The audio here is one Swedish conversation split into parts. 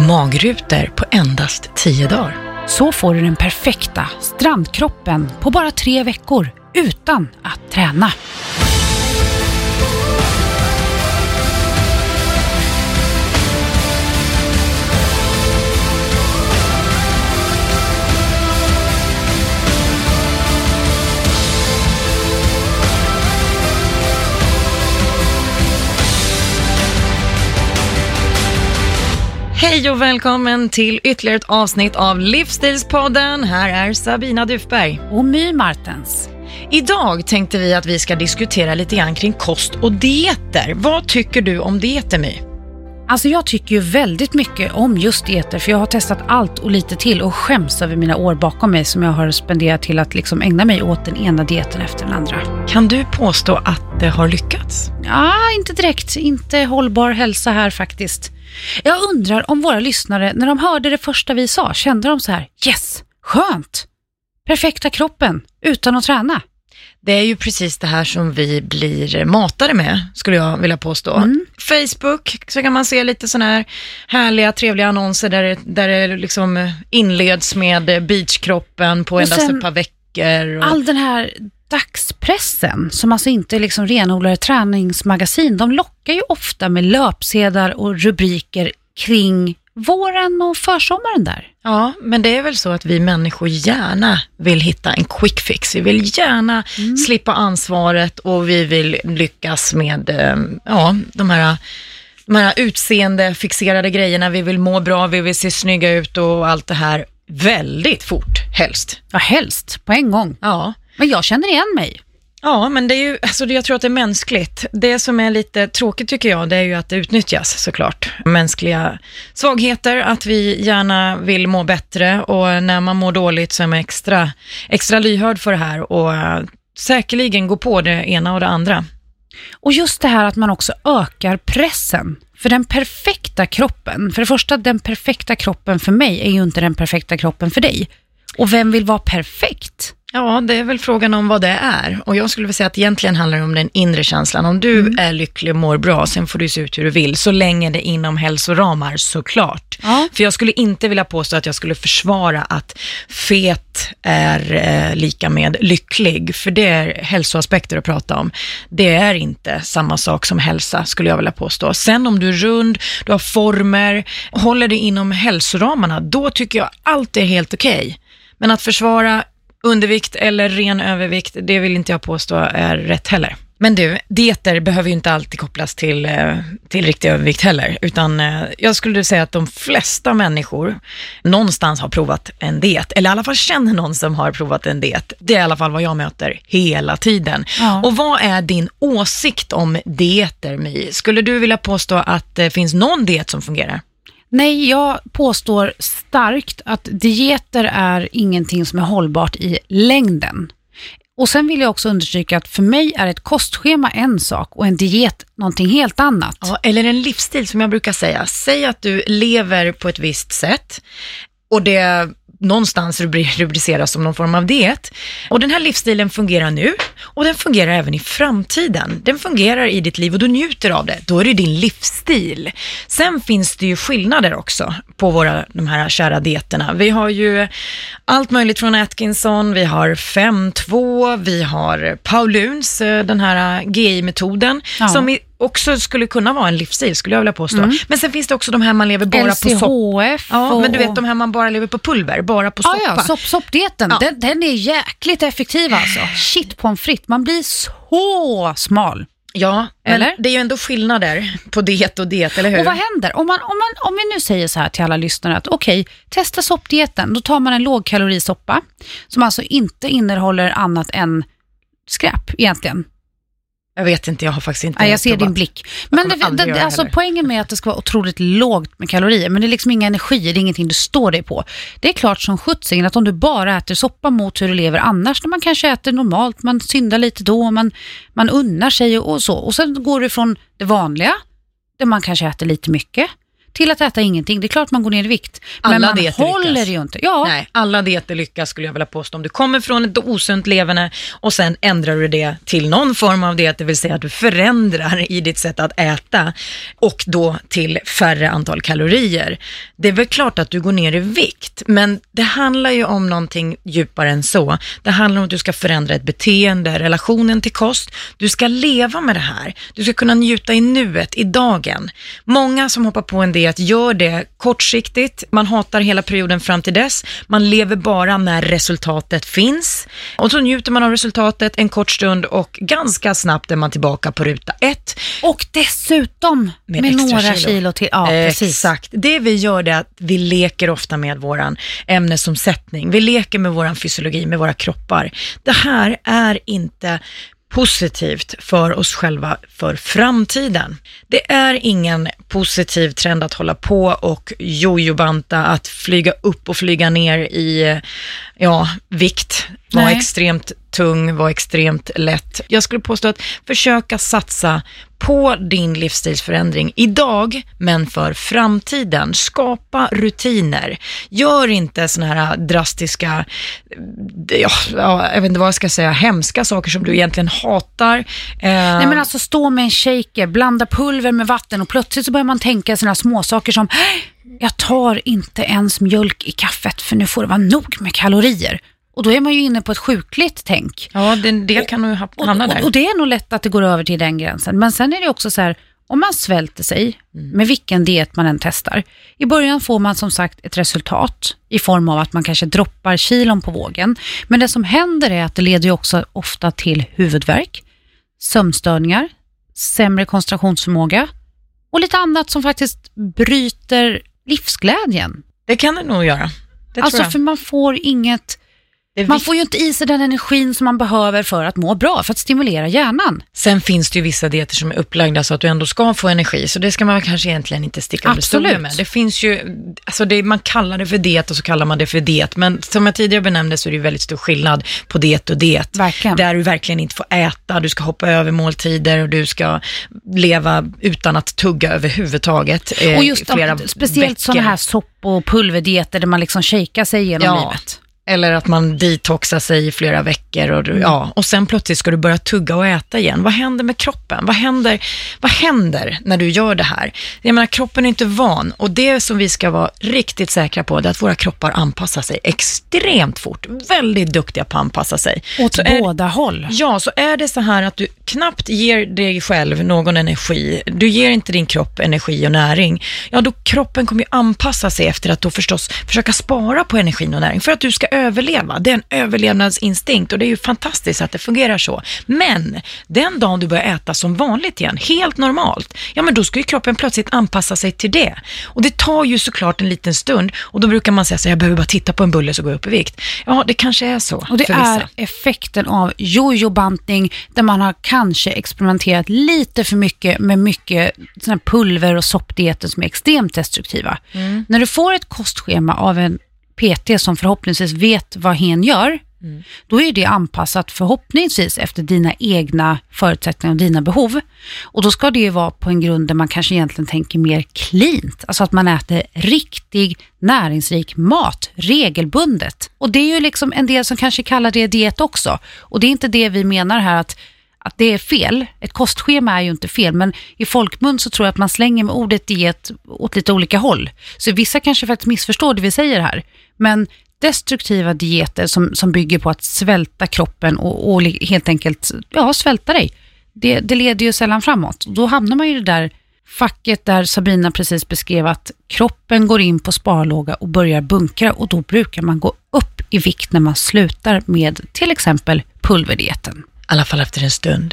magrutor på endast 10 dagar. Så får du den perfekta strandkroppen på bara 3 veckor utan att träna. Hej och välkommen till ytterligare ett avsnitt av Livsstilspodden. Här är Sabina Dufberg. Och My Martens. Idag tänkte vi att vi ska diskutera lite grann kring kost och dieter. Vad tycker du om dieter, My? Alltså jag tycker ju väldigt mycket om just dieter, för jag har testat allt och lite till och skäms över mina år bakom mig som jag har spenderat till att liksom ägna mig åt den ena dieten efter den andra. Kan du påstå att det har lyckats? Ja, inte direkt. Inte hållbar hälsa här faktiskt. Jag undrar om våra lyssnare, när de hörde det första vi sa, kände de så här: yes, skönt, perfekta kroppen utan att träna. Det är ju precis det här som vi blir matade med, skulle jag vilja påstå. Facebook, så kan man se lite såna här härliga, trevliga annonser där det liksom inleds med beachkroppen på endast ett par veckor. Och all den här dagspressen, som alltså inte liksom renodlar träningsmagasin, de lockar ju ofta med löpsedlar och rubriker kring våren och försommaren där. Ja, men det är väl så att vi människor gärna vill hitta en quick fix. Vi vill gärna slippa ansvaret och vi vill lyckas med de här utseendefixerade grejerna. Vi vill må bra, vi vill se snygga ut och allt det här väldigt fort, helst. Ja, helst, på en gång. Ja. Men jag känner igen mig. Ja, men det är ju, alltså jag tror att det är mänskligt. Det som är lite tråkigt tycker jag, det är ju att det utnyttjas såklart. Mänskliga svagheter, att vi gärna vill må bättre, och när man mår dåligt så är man extra lyhörd för det här och säkerligen gå på det ena och det andra. Och just det här att man också ökar pressen. För den perfekta kroppen, för det första, den perfekta kroppen för mig är ju inte den perfekta kroppen för dig. Och vem vill vara perfekt? Ja, det är väl frågan om vad det är. Och jag skulle vilja säga att egentligen handlar det om den inre känslan. Om du är lycklig och mår bra, sen får du se ut hur du vill. Så länge det är inom hälsoramar, såklart. Ja. För jag skulle inte vilja påstå att jag skulle försvara att fet är lika med lycklig. För det är hälsoaspekter att prata om. Det är inte samma sak som hälsa, skulle jag vilja påstå. Sen om du är rund, du har former, håller dig inom hälsoramarna, då tycker jag allt är helt okej. Men att försvara undervikt eller ren övervikt, det vill inte jag påstå är rätt heller. Men du, dieter behöver ju inte alltid kopplas till riktig övervikt heller. Utan jag skulle säga att de flesta människor någonstans har provat en diet. Eller i alla fall känner någon som har provat en diet. Det är i alla fall vad jag möter hela tiden. Ja. Och vad är din åsikt om dieter, My? Skulle du vilja påstå att det finns någon diet som fungerar? Nej, jag påstår starkt att dieter är ingenting som är hållbart i längden. Och sen vill jag också understryka att för mig är ett kostschema en sak och en diet någonting helt annat. Ja, eller en livsstil som jag brukar säga. Säg att du lever på ett visst sätt och det någonstans rubriceras som någon form av diet. Och den här livsstilen fungerar nu och den fungerar även i framtiden. Den fungerar i ditt liv och du njuter av det. Då är det din livsstil. Sen finns det ju skillnader också på de här kära dieterna. Vi har ju allt möjligt från Atkinson, vi har 5-2, vi har Pauluns, den här GI-metoden som också skulle kunna vara en livsstil, skulle jag vilja påstå. Men sen finns det också de här man lever bara LCHF på sopp. Ja, men du vet de här man bara lever på pulver, bara på soppa. Ja, soppdieten. Ja. Den är jäkligt effektiv alltså. Shit på en fritt. Man blir så smal. Ja, eller? Det är ju ändå skillnader på diet och diet, eller hur? Och vad händer? Om vi nu säger så här till alla lyssnare att okej, testa soppdieten. Då tar man en lågkalorisoppa som alltså inte innehåller annat än skräp egentligen. Jag vet inte, jag har faktiskt inte. Jag ser din blick. Men alltså, poängen med att det ska vara otroligt lågt med kalorier, men det är liksom inga energi, det är ingenting du står dig på. Det är klart som skjutsingen att om du bara äter soppa mot hur du lever annars, när man kanske äter normalt, man syndar lite då, man unnar sig och så. Och sen går du från det vanliga, där man kanske äter lite mycket, till att äta ingenting. Det är klart man går ner i vikt. Men man håller ju inte. Ja. Nej, alla dieter lyckas skulle jag vilja påstå. Om du kommer från ett osunt leverne och sen ändrar du det till någon form av diet, det vill säga att du förändrar i ditt sätt att äta och då till färre antal kalorier. Det är väl klart att du går ner i vikt, men det handlar ju om någonting djupare än så. Det handlar om att du ska förändra ett beteende, relationen till kost. Du ska leva med det här. Du ska kunna njuta i nuet, i dagen. Många som hoppar på en diet gör det kortsiktigt. Man hatar hela perioden fram till dess. Man lever bara när resultatet finns. Och så njuter man av resultatet en kort stund och ganska snabbt är man tillbaka på ruta 1. Och dessutom med några kilo till. Ja, precis. Exakt. Det vi gör är att vi leker ofta med våran ämnesomsättning. Vi leker med våran fysiologi, med våra kroppar. Det här är inte positivt för oss själva för framtiden. Det är ingen positiv trend att hålla på och jojobanta, att flyga upp och flyga ner i vikt, vara extremt tung, vara extremt lätt. Jag skulle påstå att försöka satsa på din livsstilsförändring idag, men för framtiden. Skapa rutiner. Gör inte såna här drastiska, jag vet inte vad jag ska säga, hemska saker som du egentligen hatar. Nej, men alltså stå med en shaker, blanda pulver med vatten och plötsligt så börjar man tänka såna små saker som jag tar inte ens mjölk i kaffet för nu får det vara nog med kalorier. Och då är man ju inne på ett sjukligt tänk. Ja, det kan nog hamna där. Och det är nog lätt att det går över till den gränsen. Men sen är det också så här, om man svälter sig med vilken diet man än testar. I början får man som sagt ett resultat i form av att man kanske droppar kilon på vågen. Men det som händer är att det leder ju också ofta till huvudvärk, sömnstörningar, sämre koncentrationsförmåga och lite annat som faktiskt bryter livsglädjen. Det kan det nog göra. Det alltså tror jag. För man får inget... Man får ju inte i sig den energin som man behöver för att må bra, för att stimulera hjärnan. Sen finns det ju vissa dieter som är upplagda så att du ändå ska få energi, så det ska man kanske egentligen inte sticka under stolen med. Det finns ju, alltså man kallar det för diet och så kallar man det för diet, men som jag tidigare benämnde så är det ju väldigt stor skillnad på diet och diet. Verkligen. Där du verkligen inte får äta, du ska hoppa över måltider och du ska leva utan att tugga överhuvudtaget. Och just speciellt sådana här sopp- och pulverdieter där man liksom shakar sig genom livet. Eller att man detoxar sig i flera veckor och sen plötsligt ska du börja tugga och äta igen. Vad händer med kroppen? Vad händer när du gör det här? Jag menar, kroppen är inte van, och det som vi ska vara riktigt säkra på är att våra kroppar anpassar sig extremt fort. Väldigt duktiga på att anpassa sig. Åt båda håll. Ja, så är det så här att du knappt ger dig själv någon energi. Du ger inte din kropp energi och näring. Ja, då kroppen kommer ju anpassa sig efter att då förstås försöka spara på energin och näring för att du ska överleva. Det är en överlevnadsinstinkt och det är ju fantastiskt att det fungerar så. Men den dagen du börjar äta som vanligt igen, helt normalt, ja men då ska ju kroppen plötsligt anpassa sig till det. Och det tar ju såklart en liten stund och då brukar man säga så jag behöver bara titta på en bulle så går jag upp i vikt. Ja, det kanske är så. Och det är effekten av jojobantning där man har kanske experimenterat lite för mycket med mycket såna pulver och soppdieter som är extremt destruktiva. När du får ett kostschema av en PT som förhoppningsvis vet vad hen gör, då är det anpassat förhoppningsvis efter dina egna förutsättningar och dina behov. Och då ska det ju vara på en grund där man kanske egentligen tänker mer cleant. Alltså att man äter riktig näringsrik mat regelbundet. Och det är ju liksom en del som kanske kallar det diet också. Och det är inte det vi menar här att det är fel. Ett kostschema är ju inte fel, men i folkmun så tror jag att man slänger med ordet diet åt lite olika håll. Så vissa kanske faktiskt missförstår det vi säger här. Men destruktiva dieter som bygger på att svälta kroppen och helt enkelt svälta dig, det leder ju sällan framåt. Då hamnar man ju i det där facket där Sabrina precis beskrev att kroppen går in på sparlåga och börjar bunkra, och då brukar man gå upp i vikt när man slutar med till exempel pulverdieten. I alla fall efter en stund.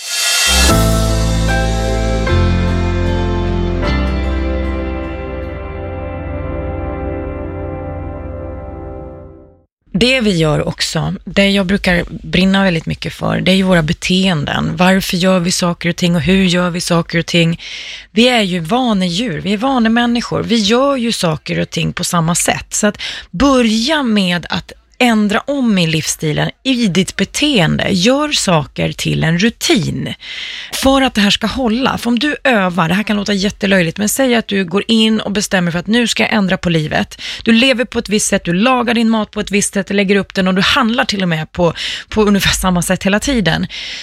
Det vi gör också, det jag brukar brinna väldigt mycket för, det är ju våra beteenden. Varför gör vi saker och ting och hur gör vi saker och ting? Vi är ju vanedjur, vi är vanemänniskor. Vi gör ju saker och ting på samma sätt. Så att börja med att ändra om i livsstilen, i ditt beteende. Gör saker till en rutin för att det här ska hålla. För om du övar, det här kan låta jättelöjligt, men säg att du går in och bestämmer för att nu ska jag ändra på livet. Du lever på ett visst sätt, du lagar din mat på ett visst sätt, lägger upp den och du handlar till och med på ungefär samma sätt hela tiden.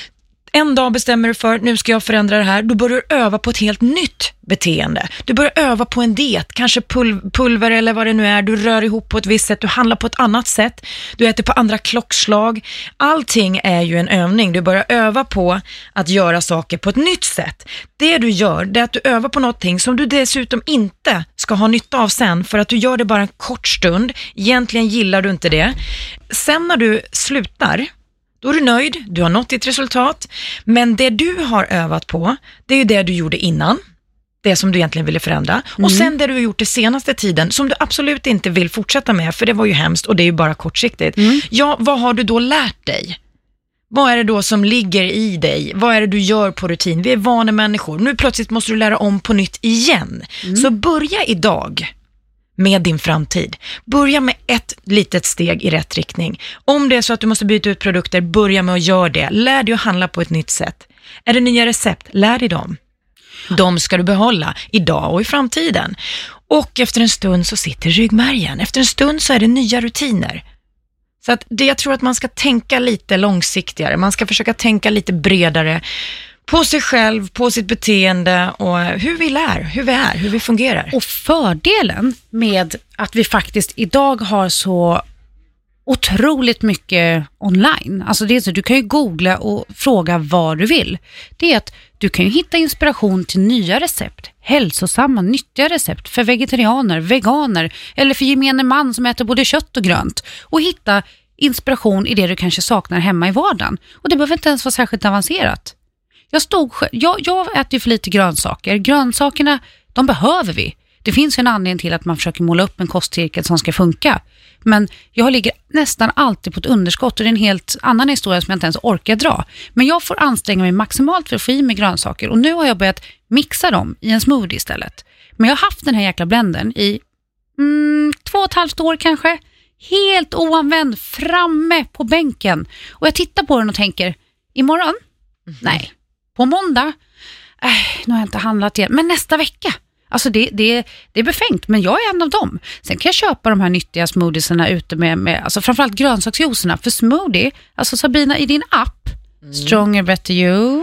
En dag bestämmer du för, nu ska jag förändra det här. Då börjar du öva på ett helt nytt beteende. Du börjar öva på en diet, kanske pulver eller vad det nu är. Du rör ihop på ett visst sätt, du handlar på ett annat sätt. Du äter på andra klockslag. Allting är ju en övning. Du börjar öva på att göra saker på ett nytt sätt. Det du gör, det är att du övar på någonting som du dessutom inte ska ha nytta av sen, för att du gör det bara en kort stund. Egentligen gillar du inte det. Sen när du slutar, då är du nöjd, du har nått ditt resultat. Men det du har övat på, det är ju det du gjorde innan. Det som du egentligen ville förändra. Och sen det du har gjort det senaste tiden, som du absolut inte vill fortsätta med, för det var ju hemskt och det är ju bara kortsiktigt. Ja, vad har du då lärt dig? Vad är det då som ligger i dig? Vad är det du gör på rutin? Vi är vana människor. Nu plötsligt måste du lära om på nytt igen. Så börja idag med din framtid. Börja med ett litet steg i rätt riktning. Om det är så att du måste byta ut produkter, börja med att göra det. Lär dig att handla på ett nytt sätt. Är det nya recept? Lär dig dem. De ska du behålla idag och i framtiden. Och efter en stund så sitter ryggmärgen. Efter en stund så är det nya rutiner. Så att jag tror att man ska tänka lite långsiktigare. Man ska försöka tänka lite bredare på sig själv, på sitt beteende och hur vi lär, hur vi fungerar. Och fördelen med att vi faktiskt idag har så otroligt mycket online. Alltså det är så, du kan ju googla och fråga vad du vill. Det är att du kan ju hitta inspiration till nya recept, hälsosamma, nyttiga recept för vegetarianer, veganer eller för gemene man som äter både kött och grönt, och hitta inspiration i det du kanske saknar hemma i vardagen. Och det behöver inte ens vara särskilt avancerat. Jag äter ju för lite grönsaker. Grönsakerna, de behöver vi. Det finns en anledning till att man försöker måla upp en kostcirkel som ska funka. Men jag ligger nästan alltid på ett underskott, och det är en helt annan historia som jag inte ens orkar dra. Men jag får anstränga mig maximalt för att få i mig grönsaker, och nu har jag börjat mixa dem i en smoothie istället. Men jag har haft den här jäkla blenden i 2,5 år kanske. Helt oanvänd, framme på bänken. Och jag tittar på den och tänker, imorgon? Nej. På måndag? Nu har jag inte handlat igen. Men nästa vecka? Alltså det är befängt, men jag är en av dem. Sen kan jag köpa de här nyttiga smoothiesarna ute med alltså framförallt grönsaksjuicerna. För smoothie, alltså Sabina, i din app Stronger Better You,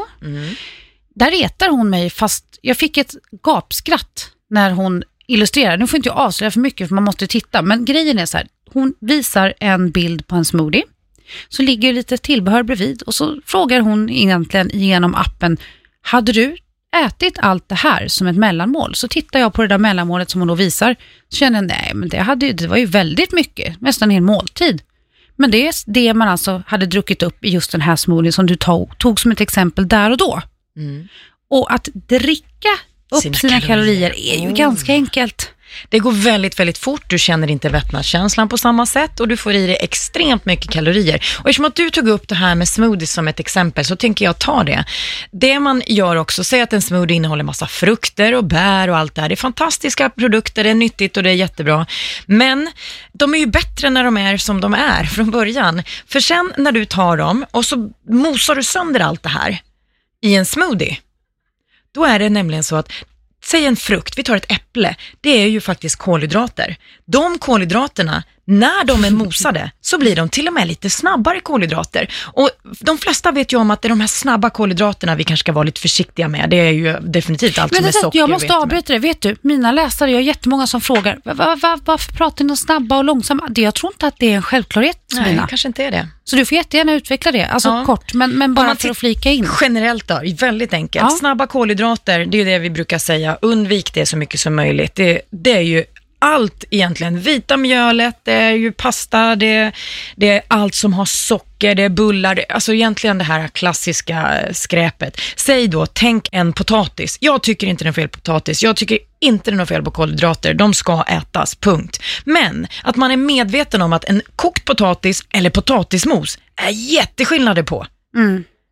där retar hon mig, fast jag fick ett gapskratt när hon illustrerar. Nu får inte jag avslöja för mycket, för man måste titta. Men grejen är så här, hon visar en bild på en smoothie. Så ligger lite tillbehör bredvid, och så frågar hon egentligen genom appen, hade du ätit allt det här som ett mellanmål? Så tittar jag på det där mellanmålet som hon då visar, så känner jag, nej, men det var ju väldigt mycket, nästan en hel måltid. Men det är det man alltså hade druckit upp i just den här smoothien som du tog som ett exempel där och då. Och att dricka upp sina kalorier är ju ganska enkelt. Det går väldigt, väldigt fort. Du känner inte mättnadskänslan på samma sätt, och du får i dig extremt mycket kalorier. Och eftersom att du tog upp det här med smoothies som ett exempel, så tänker jag ta det. Det man gör också, säg att en smoothie innehåller massa frukter och bär och allt det här. Det är fantastiska produkter, det är nyttigt och det är jättebra. Men de är ju bättre när de är som de är från början. För sen när du tar dem och så mosar du sönder allt det här i en smoothie, då är det nämligen så att, säg en frukt, vi tar ett äpple, det är ju faktiskt kolhydrater. De kolhydraterna, när de är mosade, så blir de till och med lite snabbare kolhydrater. Och de flesta vet ju om att det är de här snabba kolhydraterna vi kanske ska vara lite försiktiga med. Det är ju definitivt allt som är socker. Jag måste avbryta det, vet du. Mina läsare, jag har jättemånga som frågar, varför pratar ni om snabba och långsamma? Jag tror inte att det är en självklarhet, Sabina. Nej, kanske inte är det. Så du får jättegärna utveckla det, alltså kort, men bara för att flika in. Generellt då, väldigt enkelt. Ja. Snabba kolhydrater, det är ju det vi brukar säga. Undvik det så mycket som möjligt. Det är ju allt egentligen. Vita mjölet, det är ju pasta, det är allt som har socker, det är bullar, alltså egentligen det här klassiska skräpet. Säg då, tänk en potatis. Jag tycker inte det är fel på potatis. Jag tycker inte det är något fel på kolhydrater. De ska ätas, punkt. Men att man är medveten om att en kokt potatis eller potatismos är jätteskillnader på.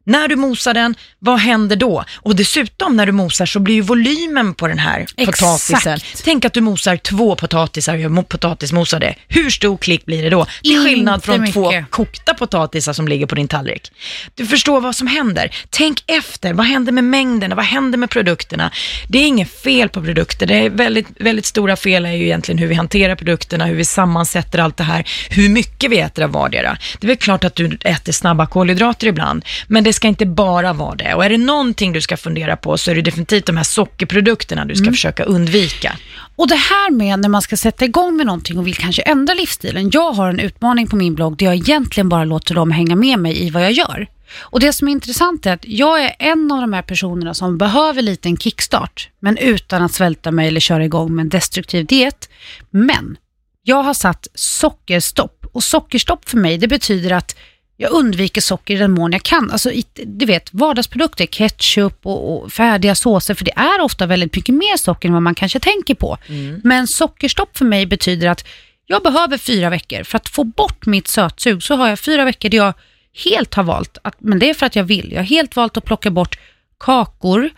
När du mosar den, vad händer då? Och dessutom när du mosar så blir ju volymen på den här potatisen. Tänk att du mosar 2 potatisar och potatismosade. Hur stor klick blir det då? Till skillnad från mycket. 2 kokta potatisar som ligger på din tallrik. Du förstår vad som händer. Tänk efter, vad händer med mängderna? Vad händer med produkterna? Det är inget fel på produkter. Det är väldigt, väldigt stora fel är ju egentligen hur vi hanterar produkterna, hur vi sammansätter allt det här, hur mycket vi äter av vardera. Det är väl klart att du äter snabba kolhydrater ibland, men det ska inte bara vara det. Och är det någonting du ska fundera på så är det definitivt de här sockerprodukterna du ska försöka undvika. Och det här med när man ska sätta igång med någonting och vill kanske ändra livsstilen. Jag har en utmaning på min blogg där jag egentligen bara låter dem hänga med mig i vad jag gör. Och det som är intressant är att jag är en av de här personerna som behöver lite en kickstart, men utan att svälta mig eller köra igång med en destruktiv diet. Men jag har satt sockerstopp. Och sockerstopp för mig, det betyder att jag undviker socker i den mån jag kan. Alltså, du vet, vardagsprodukter, ketchup och färdiga såser, för det är ofta väldigt mycket mer socker än vad man kanske tänker på. Men sockerstopp för mig betyder att jag behöver 4 veckor. För att få bort mitt sötsug så har jag 4 veckor där jag helt har valt, men det är för att jag vill. Jag har helt valt att plocka bort kakor,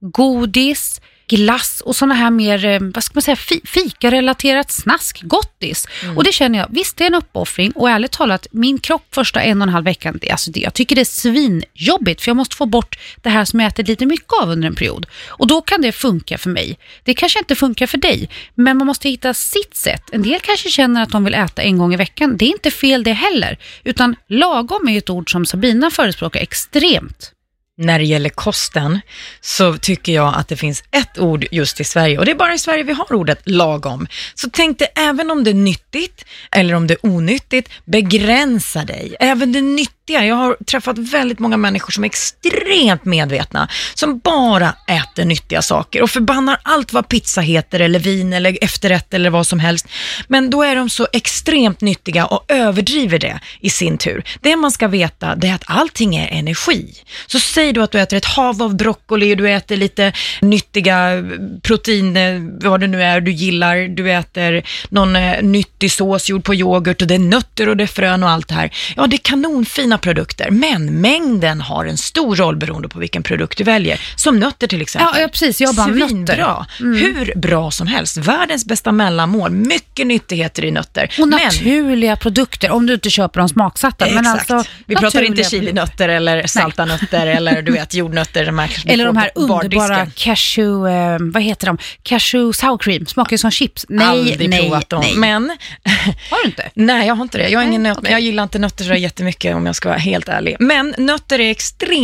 godis, glass och såna här mer, vad ska man säga, fika-relaterat snask, gottis. Och det känner jag, visst det är en uppoffring, och ärligt talat, min kropp första 1,5 veckan, jag tycker det är svinjobbigt, för jag måste få bort det här som jag äter lite mycket av under en period. Och då kan det funka för mig. Det kanske inte funkar för dig, men man måste hitta sitt sätt. En del kanske känner att de vill äta 1 gång i veckan. Det är inte fel det heller, utan lagom är ett ord som Sabina förespråkar extremt. När det gäller kosten så tycker jag att det finns ett ord just i Sverige, och det är bara i Sverige vi har ordet lagom. Så tänk dig, även om det är nyttigt eller om det är onyttigt, begränsa dig. Även det nyttiga, jag har träffat väldigt många människor som är extremt medvetna, som bara äter nyttiga saker och förbannar allt vad pizza heter eller vin eller efterrätt eller vad som helst. Men då är de så extremt nyttiga och överdriver det i sin tur. Det man ska veta, det är att allting är energi. Så säg då att du äter ett hav av broccoli, du äter lite nyttiga protein, vad det nu är du gillar, du äter någon nyttig sås gjord på yoghurt och det är nötter och det är frön och allt det här. Ja, det är kanonfina produkter, men mängden har en stor roll beroende på vilken produkt du väljer. Som nötter till exempel. Ja, precis. Jag bara nötter. Hur bra som helst. Världens bästa mellanmål. Mycket nyttigheter i nötter. Och naturliga produkter, om du inte köper de smaksatta. Exakt. Men alltså, vi pratar inte chilinötter eller salta nötter eller du vet, jordnötter. Eller de här underbara cashew, vad heter de? Cashew sour cream, smakar som chips. Aldrig provat dem. Men har du inte? Nej, jag har inte det. Jag är ingen nöt, jag gillar inte nötter så jättemycket om jag ska vara helt ärlig. Men nötter är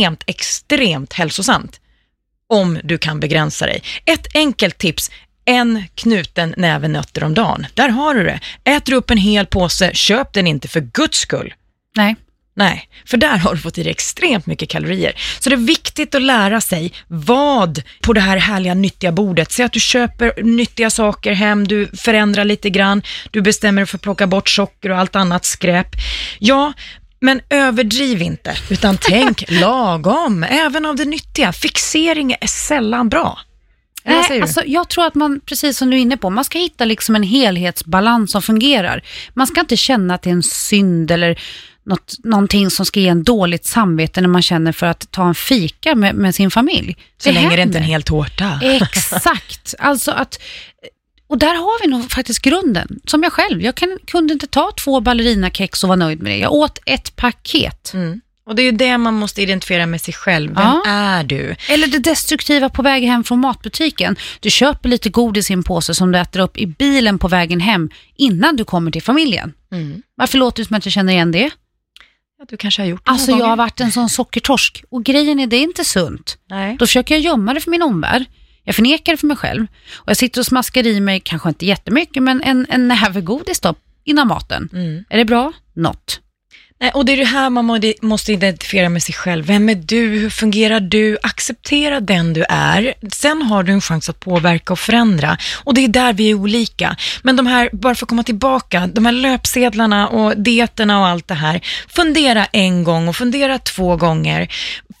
extremt hälsosamt om du kan begränsa dig. Ett enkelt tips: en knuten näve nötter om dagen. Där har du det. Äter du upp en hel påse, köp den inte för Guds skull. Nej, för där har du fått i dig extremt mycket kalorier. Så det är viktigt att lära sig vad på det här härliga nyttiga bordet. Säg att du köper nyttiga saker hem, du förändrar lite grann, du bestämmer dig för att plocka bort socker och allt annat skräp. Ja, men överdriv inte, utan tänk lagom, även av det nyttiga. Fixering är sällan bra. Nej, alltså, jag tror att man, precis som du är inne på, man ska hitta liksom en helhetsbalans som fungerar. Man ska inte känna att det är en synd eller någonting som ska ge en dåligt samvete när man känner för att ta en fika med sin familj. Så länge det inte är en hel tårta. Exakt. Alltså att, och där har vi nog faktiskt grunden. Som jag själv. Jag kunde inte ta 2 ballerinakex och vara nöjd med det. Jag åt ett paket. Och det är ju det man måste identifiera med sig själv. Vem är du? Eller det destruktiva på väg hem från matbutiken. Du köper lite godis i en påse som du äter upp i bilen på vägen hem innan du kommer till familjen. Varför låter det som att jag känner igen det? Ja, du kanske har gjort det. Alltså jag har varit en sån sockertorsk. Och grejen är, det är inte sunt. Nej. Då försöker jag gömma det för min omvärld. Jag förnekar det för mig själv. Och jag sitter och smaskar i mig, kanske inte jättemycket, men en näve godis då innan maten. Är det bra? Något. Nej, och det är det här man måste identifiera med sig själv. Vem är du? Hur fungerar du? Acceptera den du är. Sen har du en chans att påverka och förändra. Och det är där vi är olika. Men de här, bara för att komma tillbaka, de här löpsedlarna och dieterna och allt det här. Fundera 1 gång och fundera 2 gånger.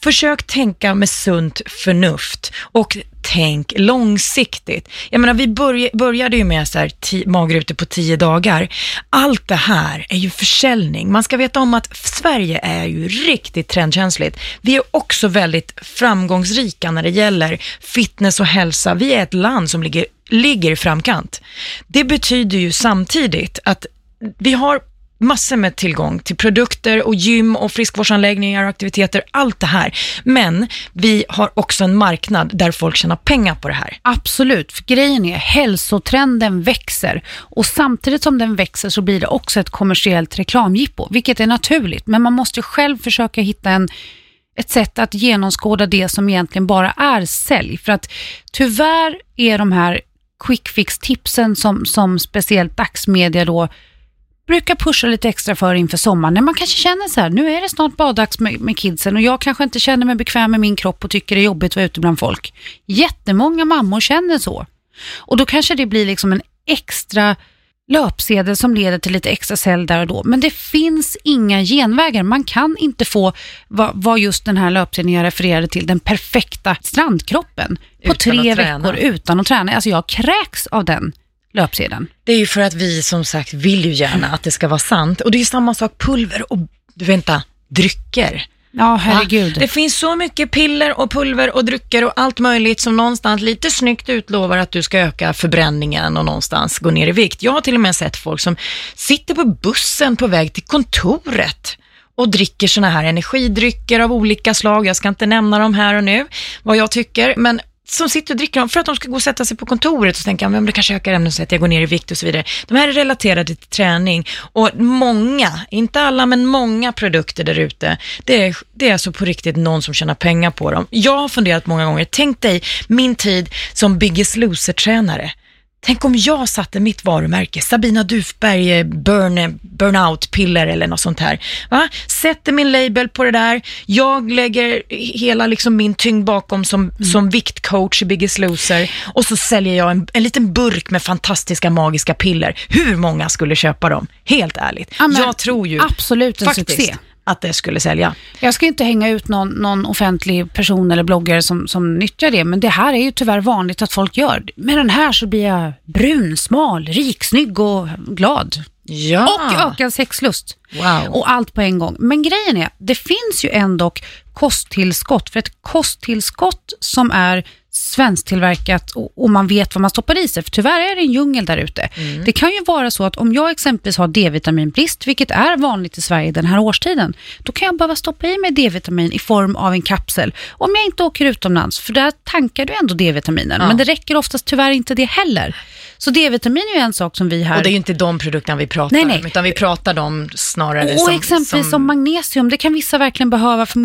försök tänka med sunt förnuft och tänk långsiktigt. Jag menar, vi började ju med så här magrutor på 10 dagar. Allt det här är ju försäljning. Man ska veta om att Sverige är ju riktigt trendkänsligt. Vi är också väldigt framgångsrika när det gäller fitness och hälsa. Vi är ett land som ligger i framkant. Det betyder ju samtidigt att vi har massor med tillgång till produkter och gym och friskvårdsanläggningar och aktiviteter, allt det här. Men vi har också en marknad där folk tjänar pengar på det här. Absolut, för grejen är hälsotrenden växer och samtidigt som den växer så blir det också ett kommersiellt reklamgippo, vilket är naturligt. Men man måste själv försöka hitta ett sätt att genomskåda det som egentligen bara är sälj. För att tyvärr är de här quick fix-tipsen som speciellt dagsmedia då brukar pusha lite extra för inför sommaren. När man kanske känner så här, nu är det snart baddags med kidsen och jag kanske inte känner mig bekväm med min kropp och tycker det är jobbigt att vara ute bland folk. Jättemånga mammor känner så. Och då kanske det blir liksom en extra löpsedel som leder till lite extra sälj där och då. Men det finns inga genvägar. Man kan inte få vad just den här löpsedeln jag refererade till, den perfekta strandkroppen på 3 veckor utan att träna. Alltså jag kräks av den löpsedeln. Det är ju för att vi som sagt vill ju gärna att det ska vara sant. Och det är ju samma sak pulver och drycker. Ja, herregud. Det finns så mycket piller och pulver och drycker och allt möjligt som någonstans lite snyggt utlovar att du ska öka förbränningen och någonstans gå ner i vikt. Jag har till och med sett folk som sitter på bussen på väg till kontoret och dricker såna här energidrycker av olika slag. Jag ska inte nämna dem här och nu, vad jag tycker, men som sitter och dricker dem för att de ska gå och sätta sig på kontoret och tänka, men det kanske ökar ämnen så att jag går ner i vikt och så vidare. De här är relaterade till träning och många, inte alla men många produkter där ute, det är alltså på riktigt någon som tjänar pengar på dem. Jag har funderat många gånger, tänk dig min tid som Biggest Loser-tränare. Tänk om jag satte mitt varumärke, Sabina Dufberg burnout-piller eller något sånt här. Va? Sätter min label på det där. Jag lägger hela liksom min tyngd bakom som viktcoach i Biggest Loser. Och så säljer jag en liten burk med fantastiska magiska piller. Hur många skulle köpa dem? Helt ärligt. Ja, jag tror ju absolut en faktiskt succé att det skulle sälja. Jag ska inte hänga ut någon offentlig person eller bloggare som nyttjar det, men det här är ju tyvärr vanligt att folk gör. Med den här så blir jag brun, smal, rik, snygg och glad. Ja. Och ökad sexlust. Wow. Och allt på en gång. Men grejen är, det finns ju ändå kosttillskott. För ett kosttillskott som är svensktillverkat och man vet vad man stoppar i sig. För tyvärr är det en djungel där ute. Det kan ju vara så att om jag exempelvis har D-vitaminbrist, vilket är vanligt i Sverige den här årstiden, då kan jag behöva stoppa i mig D-vitamin i form av en kapsel. Om jag inte åker utomlands, för där tankar du ändå D-vitaminen. Ja. Men det räcker oftast tyvärr inte det heller. Så D-vitamin är ju en sak som vi här... Och det är ju inte de produkterna vi pratar om, utan vi pratar om snarare och exempelvis som magnesium, det kan vissa verkligen behöva för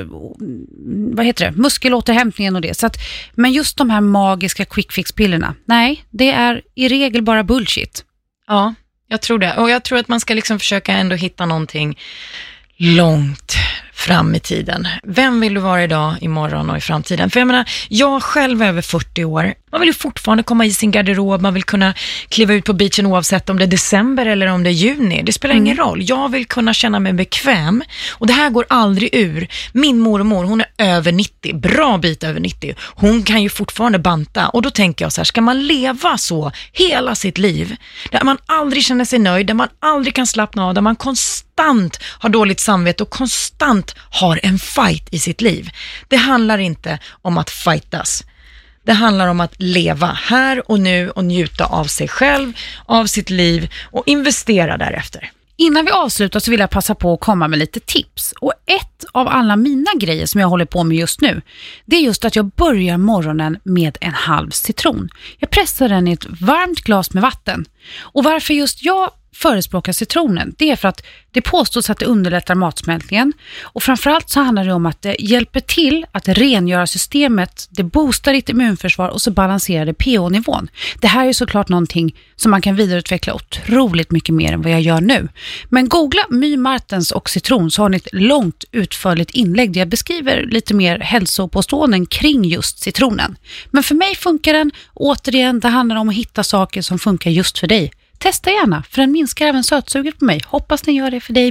muskelåterhämtningen och det. Så att, men just de här magiska quick fix-pillerna, nej, det är i regel bara bullshit. Ja, jag tror det. Och jag tror att man ska liksom försöka ändå hitta någonting långt fram i tiden. Vem vill du vara idag, imorgon och i framtiden? För jag menar, jag själv är över 40 år. Man vill ju fortfarande komma i sin garderob. Man vill kunna kliva ut på beachen oavsett om det är december eller om det är juni. Det spelar ingen roll. Jag vill kunna känna mig bekväm. Och det här går aldrig ur. Min mormor, hon är över 90. Bra bit över 90. Hon kan ju fortfarande banta. Och då tänker jag så här, ska man leva så hela sitt liv? Där man aldrig känner sig nöjd. Där man aldrig kan slappna av. Där man konstant har dåligt samvete och konstant har en fight i sitt liv. Det handlar inte om att fightas. Det handlar om att leva här och nu och njuta av sig själv, av sitt liv och investera därefter. Innan vi avslutar så vill jag passa på att komma med lite tips. Och ett av alla mina grejer som jag håller på med just nu, det är just att jag börjar morgonen med en halv citron. Jag pressar den i ett varmt glas med vatten. Och varför just jag förespråkar citronen, det är för att det påstås att det underlättar matsmältningen och framförallt så handlar det om att det hjälper till att rengöra systemet, det boostar ditt immunförsvar och så balanserar det pH-nivån. Det här är såklart någonting som man kan vidareutveckla otroligt mycket mer än vad jag gör nu. Men googla My Martens och citron så har ni ett långt utförligt inlägg där jag beskriver lite mer hälsopåståenden kring just citronen. Men för mig funkar den, återigen, det handlar om att hitta saker som funkar just för dig. Testa gärna, för den minskar även sötsuget på mig. Hoppas ni gör det för dig med.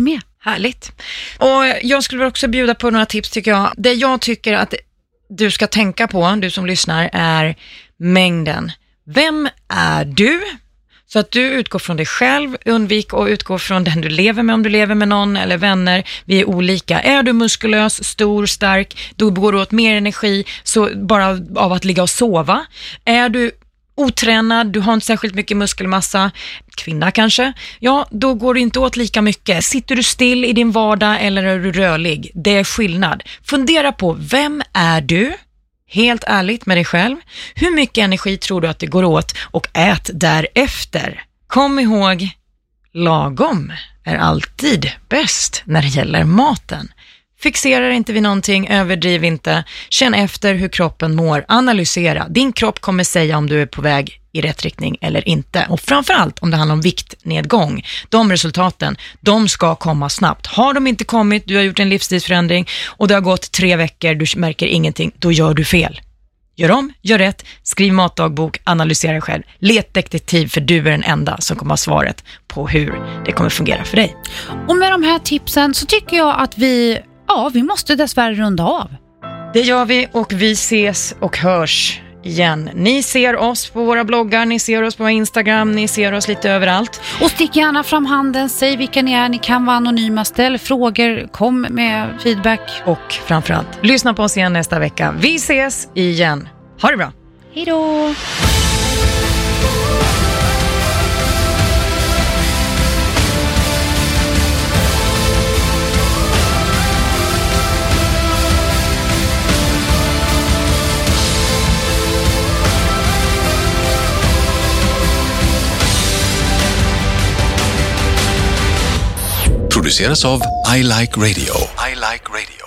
Härligt. Och jag skulle också bjuda på några tips tycker jag. Det jag tycker att du ska tänka på, du som lyssnar, är mängden. Vem är du? Så att du utgår från dig själv, undvik att utgå från den du lever med, om du lever med någon eller vänner. Vi är olika. Är du muskulös, stor, stark, då går du åt mer energi så bara av att ligga och sova. Är du otränad, du har inte särskilt mycket muskelmassa, kvinna kanske, ja då går det inte åt lika mycket. Sitter du still i din vardag eller är du rörlig? Det är skillnad. Fundera på, vem är du? Helt ärligt med dig själv. Hur mycket energi tror du att det går åt och ät därefter? Kom ihåg, lagom är alltid bäst när det gäller maten. Fixerar inte vid någonting, överdriv inte. Känn efter hur kroppen mår, analysera. Din kropp kommer säga om du är på väg i rätt riktning eller inte. Och framförallt om det handlar om viktnedgång. De resultaten, de ska komma snabbt. Har de inte kommit, du har gjort en livsstilsförändring och det har gått 3 veckor, du märker ingenting, då gör du fel. Gör om, gör rätt, skriv matdagbok, analysera själv. Let detektiv, för du är den enda som kommer ha svaret på hur det kommer fungera för dig. Och med de här tipsen så tycker jag att vi måste dessvärre runda av. Det gör vi och vi ses och hörs igen. Ni ser oss på våra bloggar, ni ser oss på Instagram, ni ser oss lite överallt. Och stick gärna fram handen, säg vilka ni är, ni kan vara anonyma, ställ frågor, kom med feedback. Och framförallt, lyssna på oss igen nästa vecka. Vi ses igen. Ha det bra. Hej då! Produceras av I Like Radio. I Like Radio.